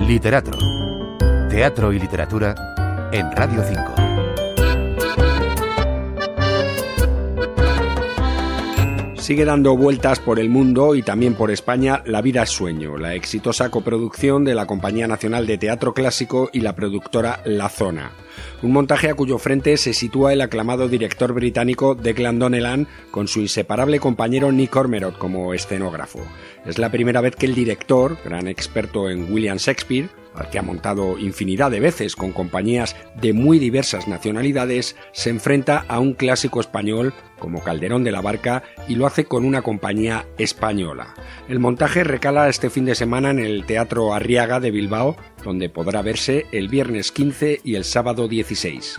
Literatro. Teatro y literatura en Radio 5. Sigue dando vueltas por el mundo y también por España La vida es sueño, la exitosa coproducción de la Compañía Nacional de Teatro Clásico y la productora La Zona. Un montaje a cuyo frente se sitúa el aclamado director británico Declan Donnellan con su inseparable compañero Nick Ormerod como escenógrafo. Es la primera vez que el director, gran experto en William Shakespeare, al que ha montado infinidad de veces con compañías de muy diversas nacionalidades, se enfrenta a un clásico español como Calderón de la Barca y lo hace con una compañía española. El montaje recala este fin de semana en el Teatro Arriaga de Bilbao, donde podrá verse el viernes 15 y el sábado 16.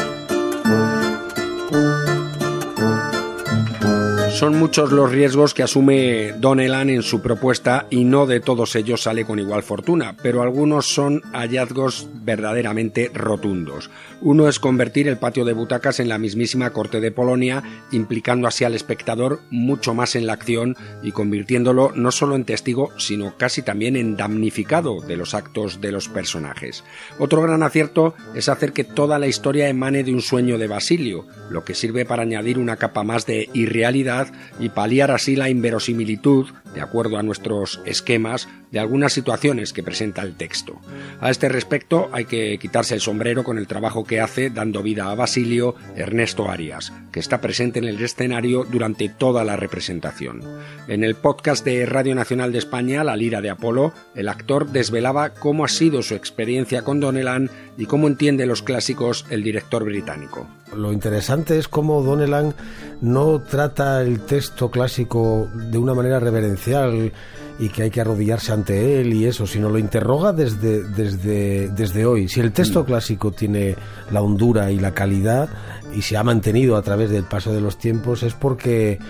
Son muchos los riesgos que asume Donnellan en su propuesta y no de todos ellos sale con igual fortuna, pero algunos son hallazgos verdaderamente rotundos. Uno es convertir el patio de butacas en la mismísima corte de Polonia, implicando así al espectador mucho más en la acción y convirtiéndolo no solo en testigo, sino casi también en damnificado de los actos de los personajes. Otro gran acierto es hacer que toda la historia emane de un sueño de Basilio, lo que sirve para añadir una capa más de irrealidad y paliar así la inverosimilitud, de acuerdo a nuestros esquemas, de algunas situaciones que presenta el texto. A este respecto hay que quitarse el sombrero con el trabajo que hace dando vida a Basilio Ernesto Arias, que está presente en el escenario durante toda la representación. En el podcast de Radio Nacional de España, La Lira de Apolo, el actor desvelaba cómo ha sido su experiencia con Donnellan y cómo entiende los clásicos el director británico. Lo interesante es cómo Donnellan no trata el texto clásico de una manera reverencial y que hay que arrodillarse ante él y eso, sino lo interroga desde hoy. Si el texto clásico tiene la hondura y la calidad y se ha mantenido a través del paso de los tiempos es porque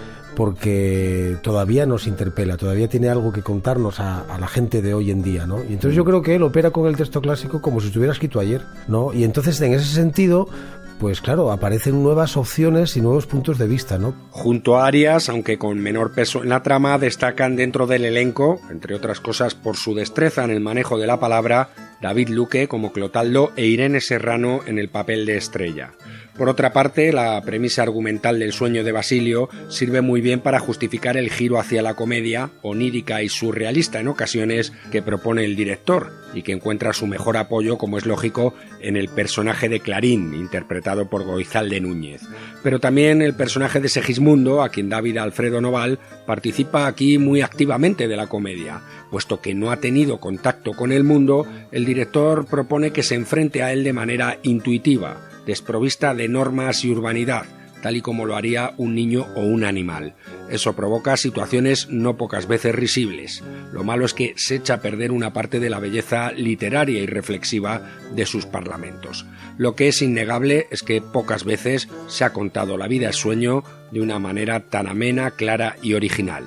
todavía nos interpela, todavía tiene algo que contarnos a la gente de hoy en día, ¿no? Y entonces yo creo que él opera con el texto clásico como si estuviera escrito ayer, ¿no? Y entonces en ese sentido, pues claro, aparecen nuevas opciones y nuevos puntos de vista, ¿no? Junto a Arias, aunque con menor peso en la trama, destacan dentro del elenco, entre otras cosas por su destreza en el manejo de la palabra, David Luque como Clotaldo e Irene Serrano en el papel de Estrella. Por otra parte, la premisa argumental del sueño de Basilio sirve muy bien para justificar el giro hacia la comedia, onírica y surrealista en ocasiones, que propone el director y que encuentra su mejor apoyo, como es lógico, en el personaje de Clarín, interpretado por Goizalde de Núñez. Pero también el personaje de Segismundo, a quien da vida Alfredo Noval, participa aquí muy activamente de la comedia. Puesto que no ha tenido contacto con el mundo, el director propone que se enfrente a él de manera intuitiva, desprovista de normas y urbanidad, tal y como lo haría un niño o un animal. Eso provoca situaciones no pocas veces risibles. Lo malo es que se echa a perder una parte de la belleza literaria y reflexiva de sus parlamentos. Lo que es innegable es que pocas veces se ha contado La vida es sueño de una manera tan amena, clara y original.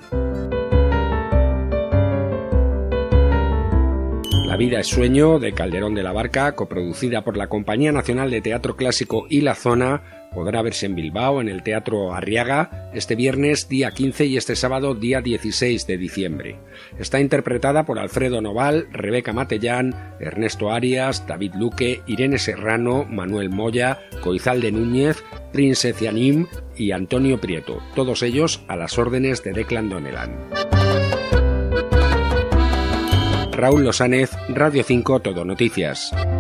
La vida es sueño, de Calderón de la Barca, coproducida por la Compañía Nacional de Teatro Clásico y La Zona, podrá verse en Bilbao, en el Teatro Arriaga, este viernes día 15 y este sábado día 16 de diciembre. Está interpretada por Alfredo Noval, Rebeca Matellán, Ernesto Arias, David Luque, Irene Serrano, Manuel Moya, Goizalde de Núñez, Prince Cianim y Antonio Prieto, todos ellos a las órdenes de Declan Donnellan. Raúl Losánez, Radio 5 Todo Noticias.